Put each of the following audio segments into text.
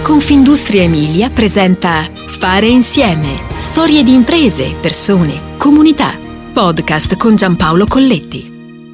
Confindustria Emilia presenta Fare Insieme. Storie di imprese, persone, comunità. Podcast con Giampaolo Colletti.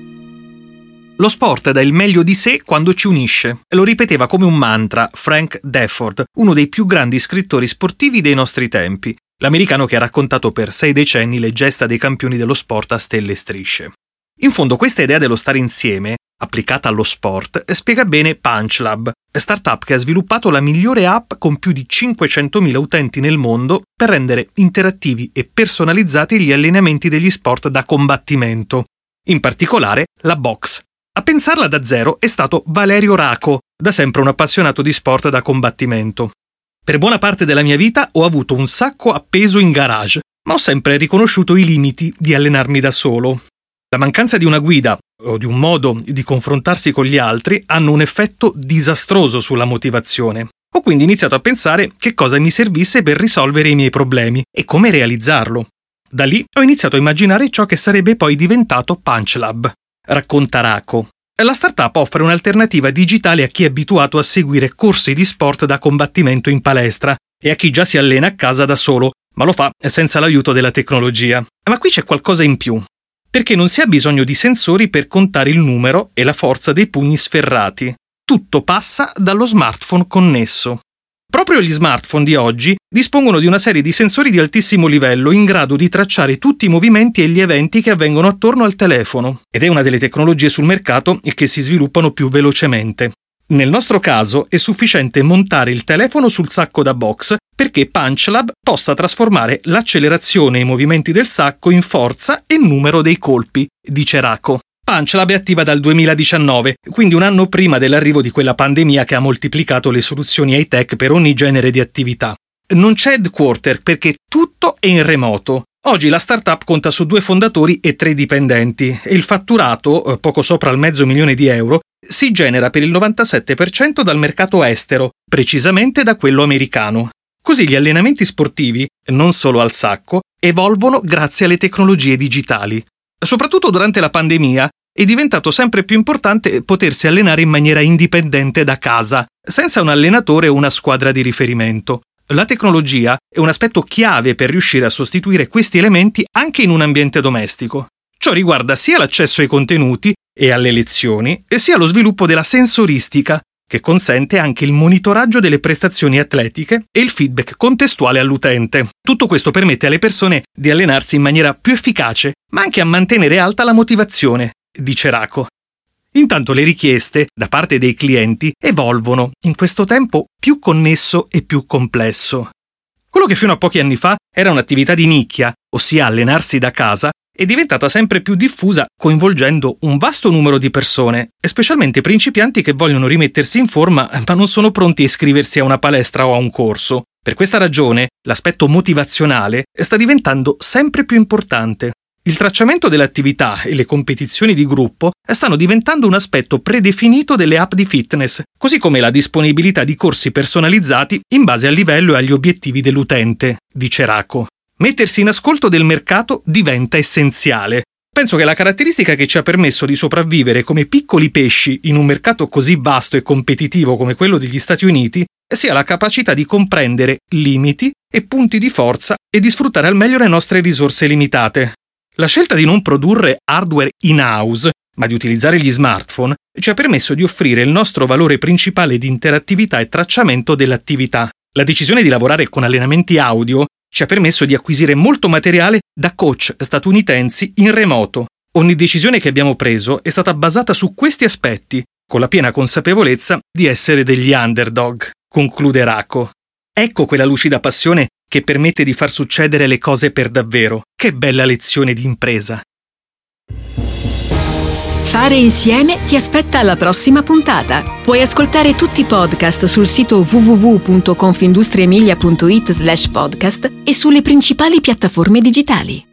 Lo sport dà il meglio di sé quando ci unisce. Lo ripeteva come un mantra Frank Deford, uno dei più grandi scrittori sportivi dei nostri tempi. L'americano che ha raccontato per 6 decenni le gesta dei campioni dello sport a stelle e strisce. In fondo questa idea dello stare insieme, applicata allo sport, spiega bene PunchLab, startup che ha sviluppato la migliore app con più di 500.000 utenti nel mondo per rendere interattivi e personalizzati gli allenamenti degli sport da combattimento, in particolare la box. A pensarla da zero è stato Valerio Raco, da sempre un appassionato di sport da combattimento. Per buona parte della mia vita ho avuto un sacco appeso in garage, ma ho sempre riconosciuto i limiti di allenarmi da solo. La mancanza di una guida o di un modo di confrontarsi con gli altri hanno un effetto disastroso sulla motivazione. Ho quindi iniziato a pensare che cosa mi servisse per risolvere i miei problemi e come realizzarlo. Da lì ho iniziato a immaginare ciò che sarebbe poi diventato PunchLab. Racconta Raco. La startup offre un'alternativa digitale a chi è abituato a seguire corsi di sport da combattimento in palestra e a chi già si allena a casa da solo, ma lo fa senza l'aiuto della tecnologia. Ma qui c'è qualcosa in più. Perché non si ha bisogno di sensori per contare il numero e la forza dei pugni sferrati. Tutto passa dallo smartphone connesso. Proprio gli smartphone di oggi dispongono di una serie di sensori di altissimo livello in grado di tracciare tutti i movimenti e gli eventi che avvengono attorno al telefono, ed è una delle tecnologie sul mercato che si sviluppano più velocemente. Nel nostro caso è sufficiente montare il telefono sul sacco da box perché PunchLab possa trasformare l'accelerazione e i movimenti del sacco in forza e numero dei colpi, dice Raco. PunchLab è attiva dal 2019, quindi un anno prima dell'arrivo di quella pandemia che ha moltiplicato le soluzioni high-tech per ogni genere di attività. Non c'è headquarter perché tutto è in remoto. Oggi la startup conta su 2 fondatori e 3 dipendenti e il fatturato, poco sopra il €500.000, si genera per il 97% dal mercato estero, precisamente da quello americano. Così gli allenamenti sportivi, non solo al sacco, evolvono grazie alle tecnologie digitali. Soprattutto durante la pandemia è diventato sempre più importante potersi allenare in maniera indipendente da casa, senza un allenatore o una squadra di riferimento. La tecnologia è un aspetto chiave per riuscire a sostituire questi elementi anche in un ambiente domestico. Ciò riguarda sia l'accesso ai contenuti e alle lezioni, sia lo sviluppo della sensoristica, che consente anche il monitoraggio delle prestazioni atletiche e il feedback contestuale all'utente. Tutto questo permette alle persone di allenarsi in maniera più efficace, ma anche a mantenere alta la motivazione, dice Raco. Intanto le richieste, da parte dei clienti, evolvono in questo tempo più connesso e più complesso. Quello che fino a pochi anni fa era un'attività di nicchia, ossia allenarsi da casa, è diventata sempre più diffusa, coinvolgendo un vasto numero di persone, e specialmente principianti che vogliono rimettersi in forma ma non sono pronti a iscriversi a una palestra o a un corso. Per questa ragione, l'aspetto motivazionale sta diventando sempre più importante. Il tracciamento dell'attività e le competizioni di gruppo stanno diventando un aspetto predefinito delle app di fitness, così come la disponibilità di corsi personalizzati in base al livello e agli obiettivi dell'utente, dice Raco. Mettersi in ascolto del mercato diventa essenziale. Penso che la caratteristica che ci ha permesso di sopravvivere come piccoli pesci in un mercato così vasto e competitivo come quello degli Stati Uniti sia la capacità di comprendere limiti e punti di forza e di sfruttare al meglio le nostre risorse limitate. La scelta di non produrre hardware in-house, ma di utilizzare gli smartphone, ci ha permesso di offrire il nostro valore principale di interattività e tracciamento dell'attività. La decisione di lavorare con allenamenti audio ci ha permesso di acquisire molto materiale da coach statunitensi in remoto. Ogni decisione che abbiamo preso è stata basata su questi aspetti, con la piena consapevolezza di essere degli underdog, conclude Raco. Ecco quella lucida passione che permette di far succedere le cose per davvero. Che bella lezione di impresa! Fare Insieme ti aspetta alla prossima puntata. Puoi ascoltare tutti i podcast sul sito www.confindustriemilia.it/podcast e sulle principali piattaforme digitali.